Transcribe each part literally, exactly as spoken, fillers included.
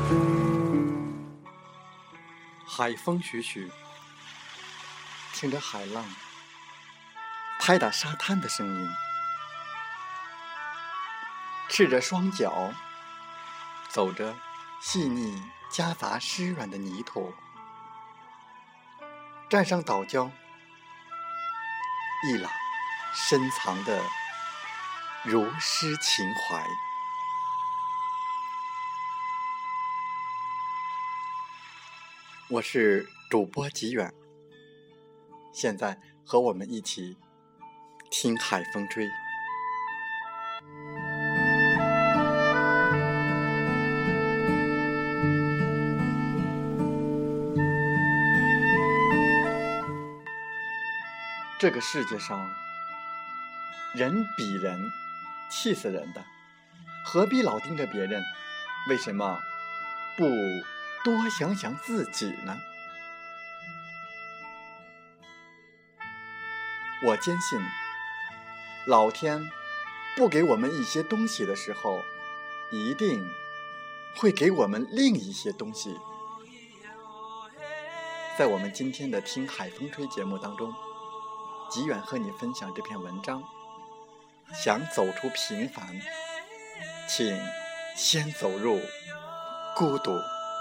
海风徐徐，听着海浪拍打沙滩的声音，赤着双脚走着细腻夹杂湿软的泥土，站上岛礁，一览深藏的如诗情怀。我是主播吉远，现在和我们一起听海风吹。这个世界上，人比人气死人的，何必老盯着别人？为什么不多想想自己呢？我坚信，老天不给我们一些东西的时候，一定会给我们另一些东西。在我们今天的听海风吹节目当中，吉远和你分享这篇文章，想走出平凡，请先走入孤独。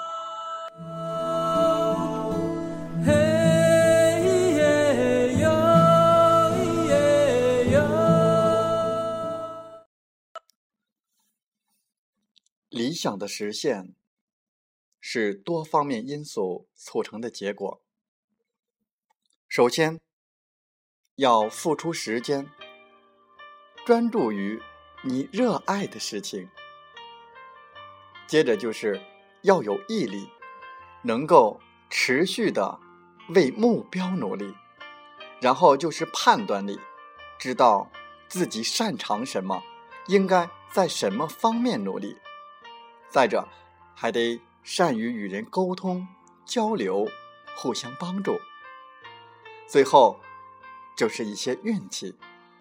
理想的实现是多方面因素促成的结果。首先，要付出时间，专注于你热爱的事情。接着就是要有毅力，能够持续的为目标努力。然后就是判断力，知道自己擅长什么，应该在什么方面努力。再者，还得善于与人沟通、交流，互相帮助。最后就是一些运气。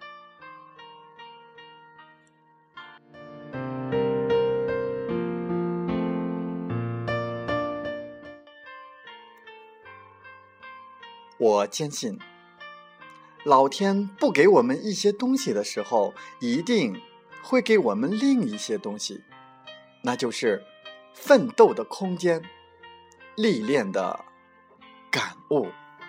我坚信，老天不给我们一些东西的时候，一定会给我们另一些东西，那就是奋斗的空间，历练的感悟。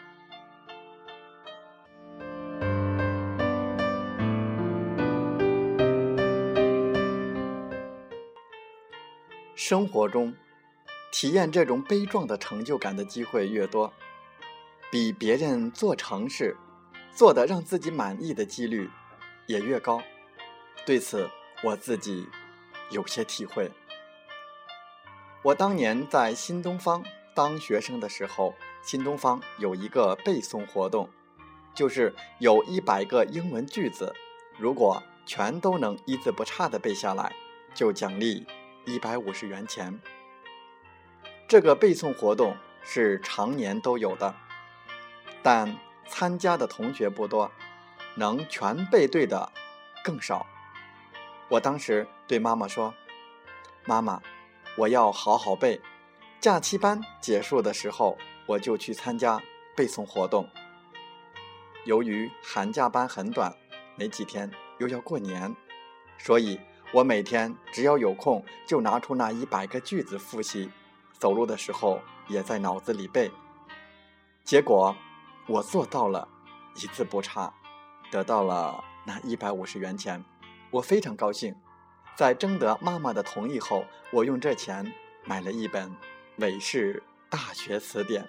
生活中，体验这种悲壮的成就感的机会越多，比别人做成事，做得让自己满意的几率也越高。对此，我自己有些体会。我当年在新东方当学生的时候，新东方有一个背诵活动，就是有一百个英文句子，如果全都能一字不差地背下来，就奖励一百五十元钱。这个背诵活动是常年都有的，但参加的同学不多，能全背对的更少。我当时对妈妈说，妈妈，我要好好背，假期班结束的时候我就去参加背诵活动。由于寒假班很短，没几天又要过年，所以我每天只要有空就拿出那一百个句子复习，走路的时候也在脑子里背。结果我做到了，一字不差，得到了那一百五十元钱，我非常高兴。在征得妈妈的同意后，我用这钱买了一本韦氏大学词典。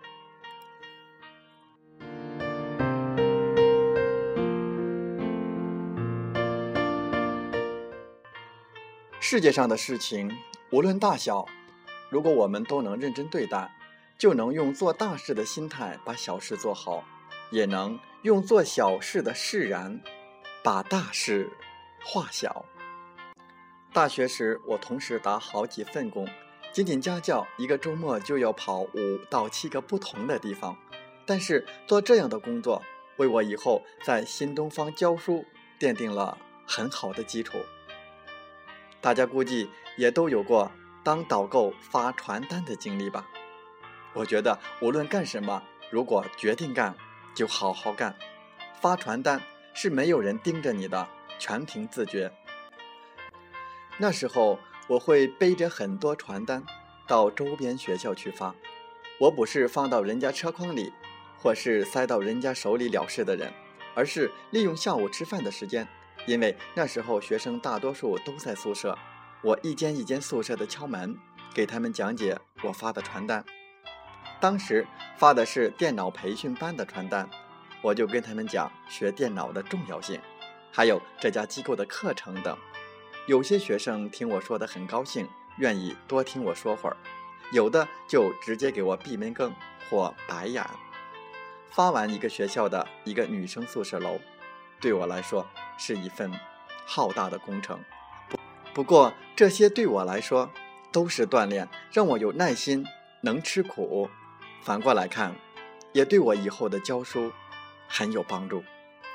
世界上的事情无论大小，如果我们都能认真对待，就能用做大事的心态把小事做好，也能用做小事的释然把大事化小。大学时我同时打好几份工，仅仅家教一个周末就要跑五到七个不同的地方，但是做这样的工作为我以后在新东方教书奠定了很好的基础。大家估计也都有过当导购发传单的经历吧。我觉得无论干什么，如果决定干，就好好干。发传单是没有人盯着你的，全凭自觉。那时候我会背着很多传单到周边学校去发，我不是放到人家车筐里，或是塞到人家手里了事的人，而是利用下午吃饭的时间，因为那时候学生大多数都在宿舍，我一间一间宿舍的敲门，给他们讲解我发的传单。当时发的是电脑培训班的传单，我就跟他们讲学电脑的重要性，还有这家机构的课程等。有些学生听我说得很高兴，愿意多听我说会儿，有的就直接给我闭门羹或白眼。发完一个学校的一个女生宿舍楼，对我来说是一份浩大的工程。不过这些对我来说都是锻炼，让我有耐心，能吃苦。反过来看，也对我以后的教书很有帮助。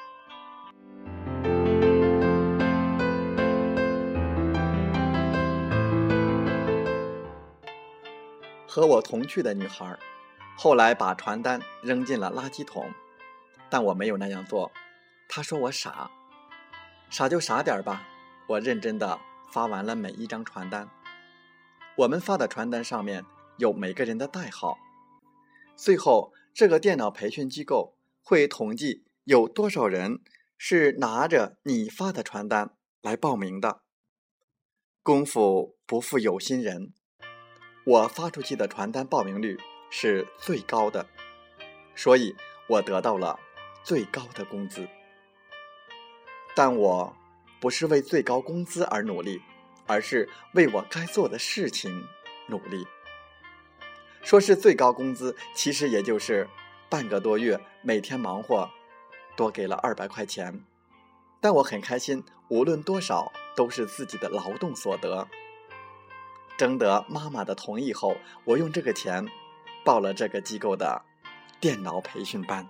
和我同去的女孩后来把传单扔进了垃圾桶，但我没有那样做。她说我傻，傻就傻点吧。我认真的发完了每一张传单。我们发的传单上面有每个人的代号，最后这个电脑培训机构会统计有多少人是拿着你发的传单来报名的。功夫不负有心人，我发出去的传单报名率是最高的，所以我得到了最高的工资。但我不是为最高工资而努力，而是为我该做的事情努力。说是最高工资，其实也就是半个多月每天忙活多给了二百块钱，但我很开心，无论多少都是自己的劳动所得。征得妈妈的同意后，我用这个钱报了这个机构的电脑培训班。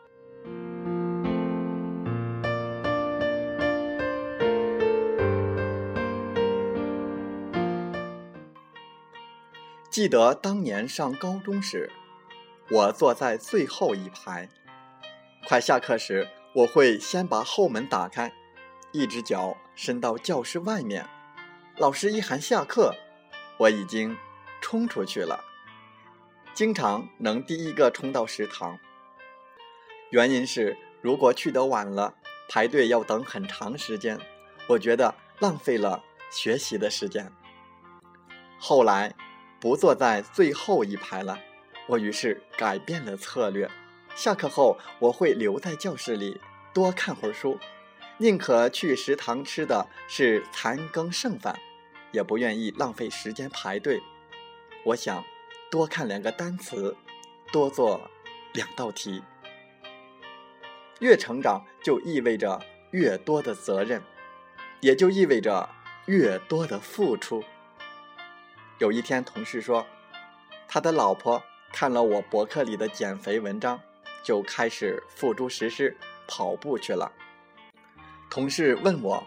记得当年上高中时，我坐在最后一排，快下课时，我会先把后门打开，一只脚伸到教室外面，老师一喊下课，我已经冲出去了，经常能第一个冲到食堂。原因是如果去得晚了，排队要等很长时间，我觉得浪费了学习的时间。后来不坐在最后一排了，我于是改变了策略，下课后我会留在教室里多看会儿书，宁可去食堂吃的是残羹剩饭，也不愿意浪费时间排队。我想多看两个单词，多做两道题。越成长就意味着越多的责任，也就意味着越多的付出。有一天同事说，他的老婆看了我博客里的减肥文章，就开始付诸实施，跑步去了。同事问我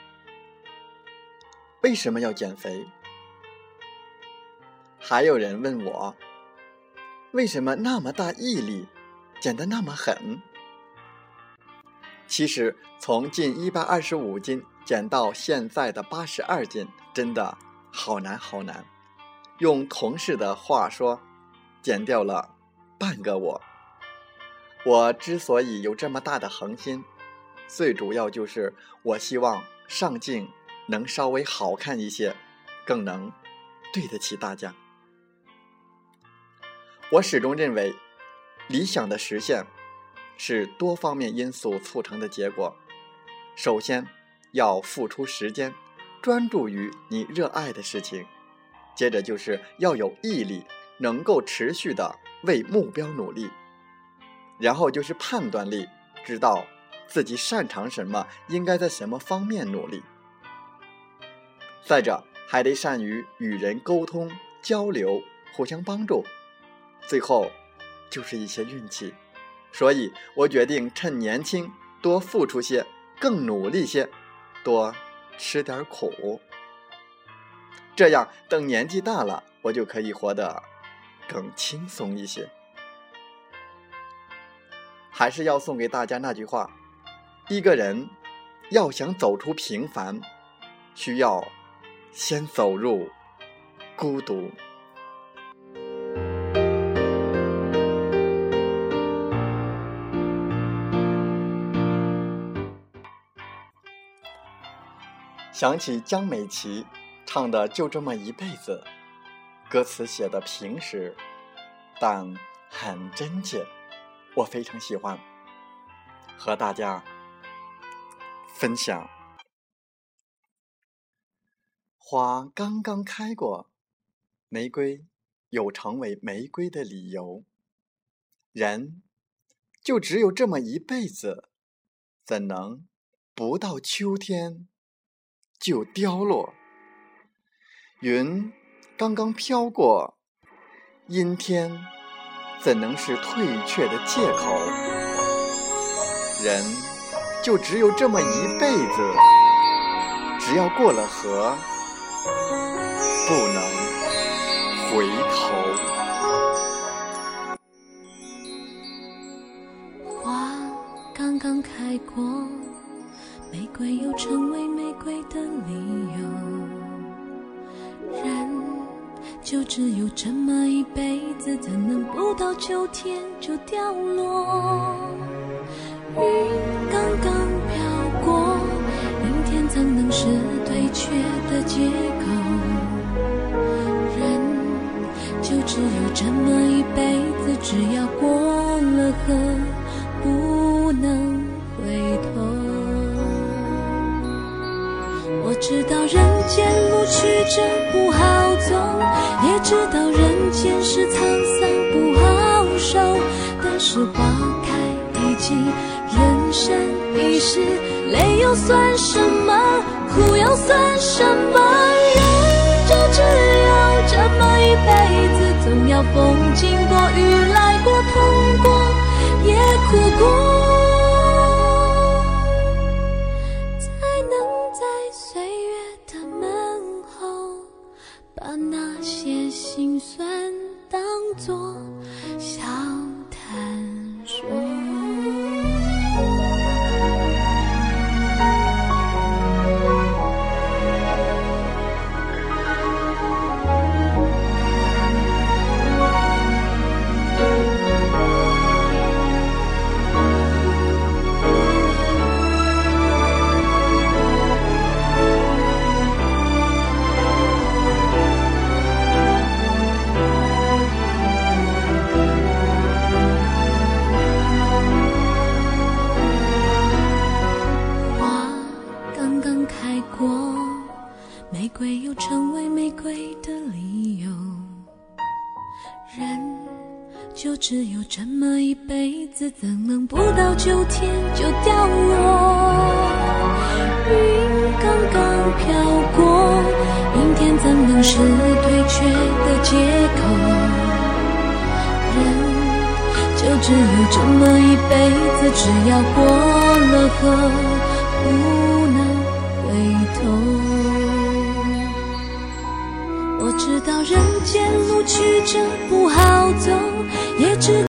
为什么要减肥？还有人问我为什么那么大毅力，减得那么狠？其实从近一百二十五斤减到现在的八十二斤，真的好难好难。用同事的话说，减掉了半个我。我之所以有这么大的恒心，最主要就是我希望上镜能稍微好看一些，更能对得起大家。我始终认为，理想的实现是多方面因素促成的结果。首先要付出时间，专注于你热爱的事情，接着就是要有毅力，能够持续的为目标努力，然后就是判断力，知道自己擅长什么，应该在什么方面努力。再者还得善于与人沟通交流，互相帮助，最后就是一些运气。所以我决定趁年轻多付出些，更努力些，多吃点苦。这这样等年纪大了，我就可以活得更轻松一些。还是要送给大家那句话，一个人要想走出平凡，需要先走入孤独。想起江美琪唱的《就这么一辈子》，歌词写的平实，但很真切，我非常喜欢，和大家分享。花刚刚开过，玫瑰有成为玫瑰的理由。人就只有这么一辈子，怎能不到秋天就凋落？云刚刚飘过，阴天怎能是退却的借口？人就只有这么一辈子，只要过了河，不能回头。 花刚刚开过，玫瑰有成为玫瑰的理由。人就只有这么一辈子，怎能不到秋天就掉落？云刚刚飘过，阴天怎能是退却的借口？人就只有这么一辈子，只要过了河，不能回头。我知道人间路曲折不好走，也知道人间是沧桑不好受，但是花开已经，人生一世，泪又算什么，苦又算什么？人就只有这么一辈子，总要风经过，雨来过，痛过，也哭过，把那些心酸当作笑谈说。玫瑰有成为玫瑰的理由，人就只有这么一辈子，怎能不到秋天就掉落？云刚刚飘过，阴天怎能是退却的借口？人就只有这么一辈子，只要过了河，不能回头。我知道人间路曲折不好走，也知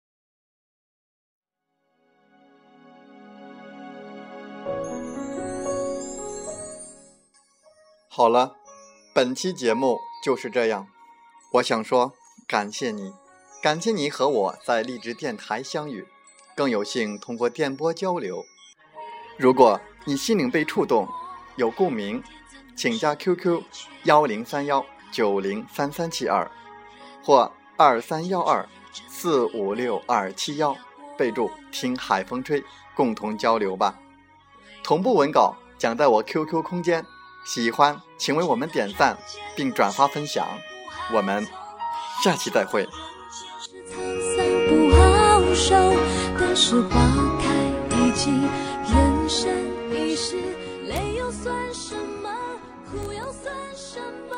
好了，本期节目就是这样。我想说，感谢你，感谢你和我在荔枝电台相遇，更有幸通过电波交流。如果你心灵被触动，有共鸣，请加 Q Q 幺零三幺九零三三七二或二三幺二四五六二七幺，备注听海风吹，共同交流吧。同步文稿将在我 Q Q 空间，喜欢请为我们点赞并转发分享。我们下期再会。 不好受，但是花开已经，人生一世，泪又算什么，苦又算什么？